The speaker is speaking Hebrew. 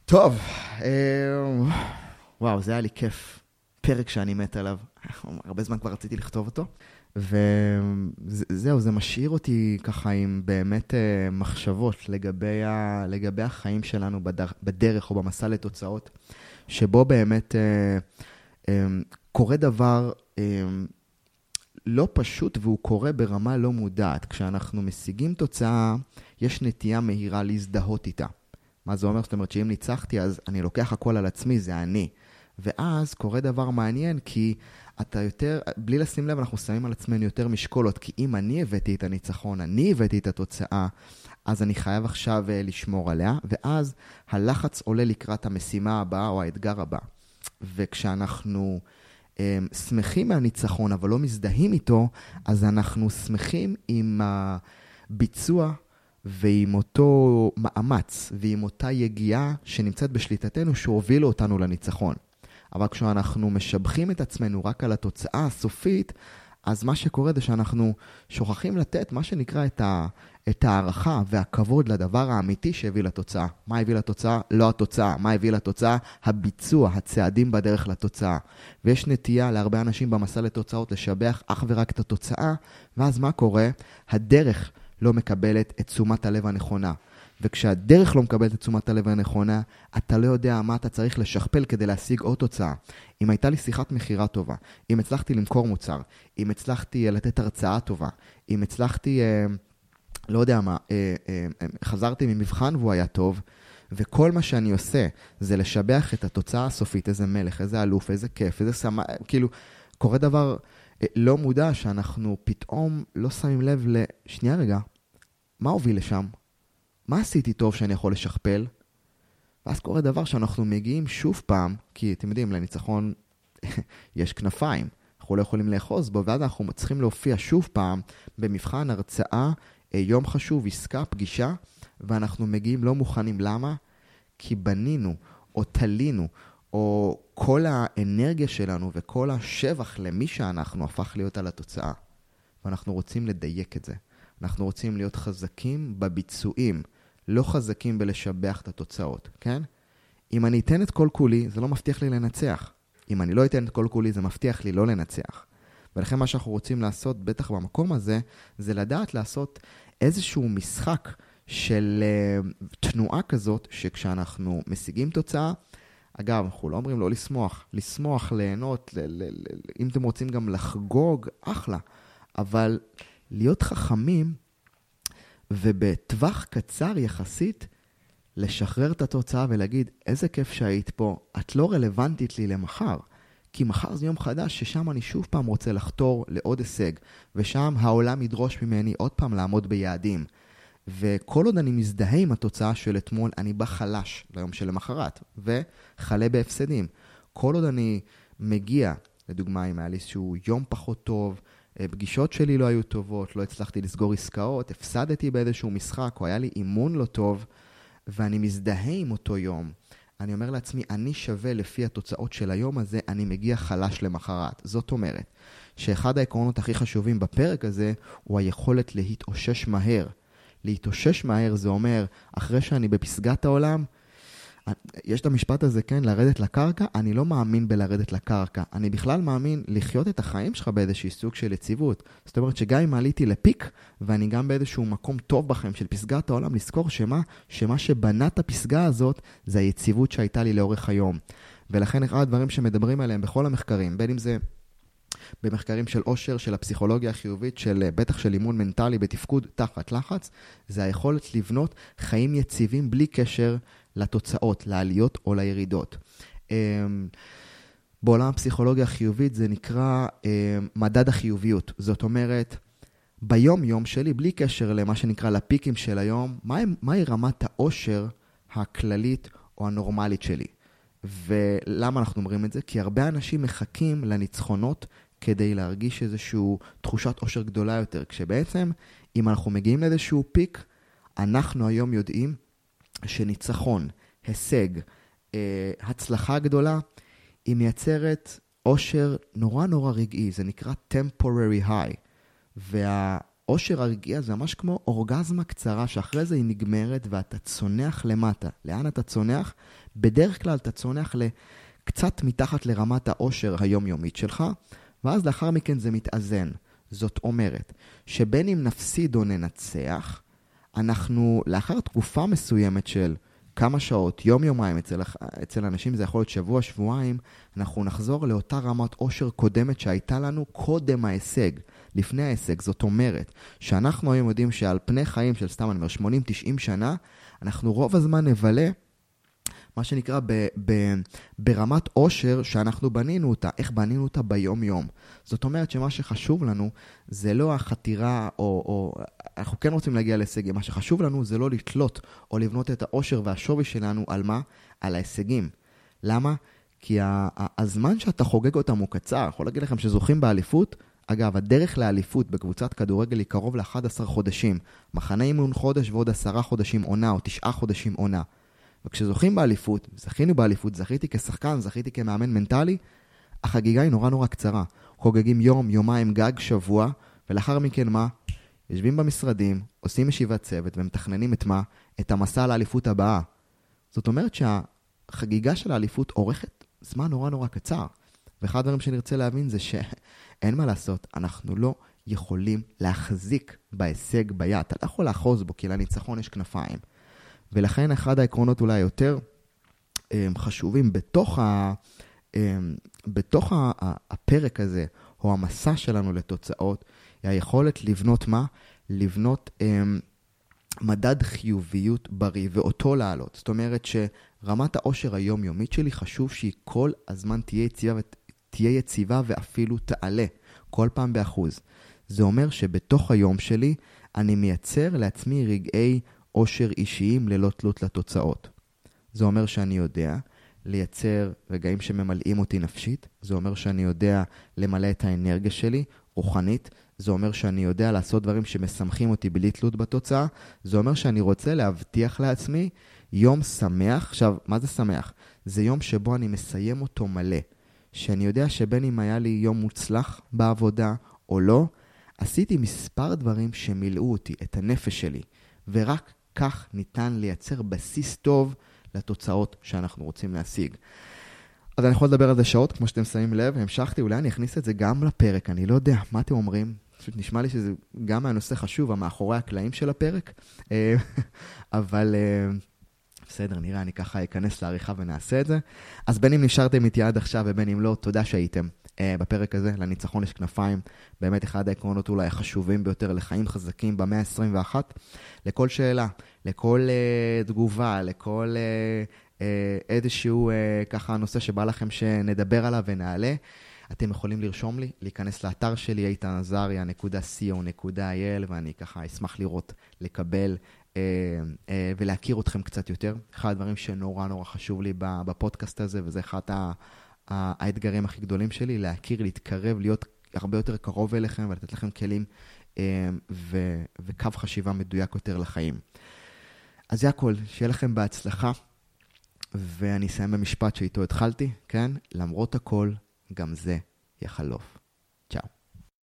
טוב, וואו, זה היה לי כיף. פרק שאני מת עליו. הרבה זמן כבר רציתי לכתוב אותו. וזהו, זה משאיר אותי ככה עם באמת מחשבות לגבי החיים שלנו בדרך או במסע לתוצאות, שבו באמת קורה דבר לא פשוט והוא קורה ברמה לא מודעת. כשאנחנו משיגים תוצאה, יש נטייה מהירה להזדהות איתה. מה זה אומר? זאת אומרת שאם ניצחתי, אז אני לוקח הכל על עצמי, זה אני. ואז קורה דבר מעניין, כי אתה יותר, בלי לשים לב, אנחנו שמים על עצמנו יותר משקולות, כי אם אני הבאתי את הניצחון, אני הבאתי את התוצאה, אז אני חייב עכשיו לשמור עליה, ואז הלחץ עולה לקראת המשימה הבאה או האתגר הבא. וכשאנחנו שמחים מהניצחון, אבל לא מזדהים איתו, אז אנחנו שמחים עם הביצוע ועם אותו מאמץ ועם אותה יגיעה שנמצאת בשליטתנו שהובילו אותנו לניצחון. אבל כשאנחנו משבחים את עצמנו רק על התוצאה הסופית, אז מה שקורה זה שאנחנו שוכחים לתת מה שנקרא את הערכה והכבוד לדבר האמיתי שהביא לתוצאה. מה הביא לתוצאה? לא התוצאה. מה הביא לתוצאה? הביצוע, הצעדים בדרך לתוצאה. ויש נטייה להרבה אנשים במסע לתוצאות לשבח אך ורק את התוצאה, ואז מה קורה? הדרך לא מקבלת את תשומת הלב הנכונה. וכשהדרך לא מקבלת את תשומת הלב הנכונה, אתה לא יודע מה אתה צריך לשכפל כדי להשיג עוד תוצאה. אם הייתה לי שיחת מחירה טובה, אם הצלחתי למכור מוצר, אם הצלחתי לתת הרצאה טובה, אם הצלחתי, לא יודע מה, חזרתי ממבחן והוא היה טוב, וכל מה שאני עושה זה לשבח את התוצאה הסופית, איזה מלך, איזה אלוף, איזה כיף, איזה סמה, כאילו, קורה דבר לא מודע שאנחנו פתאום לא שמים לב לשנייה רגע, מה הוביל לשם? מה עשיתי טוב שאני יכול לשכפל? ואז קורה דבר שאנחנו מגיעים שוב פעם, כי אתם יודעים, לניצחון יש כנפיים, אנחנו לא יכולים לאחוז בו, ואז אנחנו צריכים להופיע שוב פעם במבחן הרצאה, יום חשוב, עסקה, פגישה, ואנחנו מגיעים לא מוכנים. למה? כי בנינו או תלינו, או כל האנרגיה שלנו וכל השבח למי שאנחנו הפך להיות על התוצאה. ואנחנו רוצים לדייק את זה. אנחנו רוצים להיות חזקים בביצועים, לא חזקים בלשבח את התוצאות, כן? אם אני אתן את כל כולי, זה לא מבטיח לי לנצח. אם אני לא אתן את כל כולי, זה מבטיח לי לא לנצח. ולכן מה שאנחנו רוצים לעשות, בטח במקום הזה, זה לדעת לעשות איזשהו משחק של תנועה כזאת, שכשאנחנו משיגים תוצאה, אגב, אנחנו לא אומרים לא לשמוח, לשמוח, ליהנות, אם אתם רוצים גם לחגוג, אחלה. אבל להיות חכמים, ובטווח קצר יחסית, לשחרר את התוצאה ולהגיד, איזה כיף שהיית פה, את לא רלוונטית לי למחר. כי מחר זה יום חדש ששם אני שוב פעם רוצה לחתור לעוד הישג, ושם העולם ידרוש ממני עוד פעם לעמוד ביעדים. וכל עוד אני מזדהה עם התוצאה של אתמול, אני בא חלש ליום של למחרת, וחלה בהפסדים. כל עוד אני מגיע, לדוגמה, אם היה לי איזשהו יום פחות טוב, פגישות שלי לא היו טובות, לא הצלחתי לסגור עסקאות, הפסדתי באיזשהו משחק, או היה לי אימון לא טוב, ואני מזדהה עם אותו יום. אני אומר לעצמי, אני שווה לפי התוצאות של היום הזה, אני מגיע חלש למחרת. זאת אומרת, שאחד העקרונות הכי חשובים בפרק הזה, הוא היכולת להתאושש מהר. להתאושש מהר זה אומר, אחרי שאני בפסגת העולם, יש את המשפט הזה, כן, לרדת לקרקע, אני לא מאמין בלרדת לקרקע. אני בכלל מאמין לחיות את החיים שלך באיזשהו סוג של יציבות. זאת אומרת שגם אם עליתי לפיק, ואני גם באיזשהו מקום טוב בחיים של פסגת העולם, לזכור שמה שבנה את הפסגה הזאת, זה היציבות שהייתה לי לאורך היום. ולכן אחד הדברים שמדברים עליהם בכל המחקרים, בין אם זה במחקרים של אושר, של הפסיכולוגיה החיובית, בטח של אימון מנטלי בתפקוד תחת לחץ, זה היכולת לבנות חיים יציבים בלי קשר לתוצאות, לעליות או לירידות. בעולם הפסיכולוגיה החיובית זה נקרא מדד החיוביות. זאת אומרת, ביום יום שלי, בלי קשר למה שנקרא לפיקים של היום, מהי רמת האושר הכללית או הנורמלית שלי? ולמה אנחנו אומרים את זה? כי הרבה אנשים מחכים לניצחונות כדי להרגיש איזושהי תחושת אושר גדולה יותר. כשבעצם, אם אנחנו מגיעים לאיזשהו פיק, אנחנו היום יודעים שניצחון, הישג, הצלחה גדולה, היא מייצרת אושר נורא נורא רגעי. זה נקרא temporary high. אושר הרגיע זה ממש כמו אורגזמה קצרה, שאחרי זה היא נגמרת ואתה צונח למטה. לאן אתה צונח? בדרך כלל אתה צונח קצת מתחת לרמת האושר היומיומית שלך, ואז לאחר מכן זה מתאזן. זאת אומרת, שבין אם נפסיד או ננצח, אנחנו לאחר תקופה מסוימת של כמה שעות, יום-יומיים, אצל אנשים זה יכול להיות שבוע, שבועיים, אנחנו נחזור לאותה רמת אושר קודמת שהייתה לנו קודם ההישג, לפני ההישג. זאת אומרת, שאנחנו היום יודעים שעל פני חיים של סתם, אני אומר, 80-90 שנה, אנחנו רוב הזמן נבלה, מה שנקרא ברמת אושר שאנחנו בנינו אותה. איך בנינו אותה ביום-יום? זאת אומרת שמה שחשוב לנו זה לא החתירה, או אנחנו כן רוצים להגיע להישגים. מה שחשוב לנו זה לא לתלות או לבנות את האושר והשווי שלנו על מה? על ההישגים. למה? כי הזמן שאתה חוגג אותם הוא קצר. יכול להגיד לכם שזוכים באליפות. אגב, הדרך לאליפות בקבוצת כדורגל היא קרוב ל-11 חודשים. מחנה אימון חודש ועוד 10 חודשים עונה או 9 חודשים עונה. וכשזוכים באליפות, זכינו באליפות, זכיתי כשחקן, זכיתי כמאמן מנטלי, החגיגה היא נורא קצרה. חוגגים יום, יומיים, גג, שבוע, ולאחר מכן מה? יושבים במשרדים, עושים ישיבת צוות ומתכננים את מה? את המסע לאליפות הבאה. זאת אומרת שהחגיגה של האליפות אורכת זמן נורא קצר. ואחד הדברים שנרצה להבין זה שאין מה לעשות, אנחנו לא יכולים להחזיק בהישג ביד. אתה לא יכול לאחוז בו, כי לניצחון יש כנפיים. ולכן אחד העקרונות אולי יותר חשובים בתוך הפרק הזה, או המסע שלנו לתוצאות, היא היכולת לבנות מה? לבנות מדד חיוביות בריא, ואותו לעלות. זאת אומרת שרמת האושר היומיומית שלי חשוב שהיא כל הזמן תהיה יציבה ואפילו תעלה, כל פעם באחוז. זה אומר שבתוך היום שלי אני מייצר לעצמי רגעי אושר אישיים ללא תלות לתוצאות. זה אומר שאני יודע לייצר רגעים שממלאים אותי נפשית. זה אומר שאני יודע למלא את האנרגיה שלי רוחנית. זה אומר שאני יודע לעשות דברים שמשמחים אותי בלי תלות בתוצאה. זה אומר שאני רוצה להבטיח לעצמי יום שמח. עכשיו, מה זה שמח? זה יום שבו אני מסיים אותו מלא. שאני יודע שבין אם היה לי יום מוצלח בעבודה או לא, עשיתי מספר דברים שמילאו אותי, את הנפש שלי. ורק כך ניתן לייצר בסיס טוב לתוצאות שאנחנו רוצים להשיג. אז אני יכול לדבר על זה שעות, כמו שאתם שמים לב, המשכתי, אולי אני אכניס את זה גם לפרק, אני לא יודע, מה אתם אומרים? פשוט נשמע לי שזה גם מהנושא חשוב, המאחורי הקלעים של הפרק, אבל בסדר, נראה, אני ככה אכנס לעריכה ונעשה את זה. אז בין אם נשארתם איתי עד עכשיו ובין אם לא, תודה שהייתם בפרק הזה, לניצחון יש כנפיים, באמת אחד העקרונות אולי החשובים ביותר לחיים חזקים במאה ה-21, לכל שאלה, לכל תגובה, לכל איזשהו ככה נושא שבא לכם שנדבר עליו ונעלה, אתם יכולים לרשום לי, להיכנס לאתר שלי, itanazarian.co.il, ואני ככה אשמח לראות, לקבל ולהכיר אתכם קצת יותר. אחד הדברים שנורא חשוב לי בפודקאסט הזה, וזה אחד האתגרים הכי גדולים שלי, להכיר, להתקרב, להיות הרבה יותר קרוב אליכם, ולתת לכם כלים וקו חשיבה מדויק יותר לחיים. אז זה הכל, שיהיה לכם בהצלחה, ואני אסיים במשפט שאיתו התחלתי, כן? למרות הכל, גם זה יחלוף.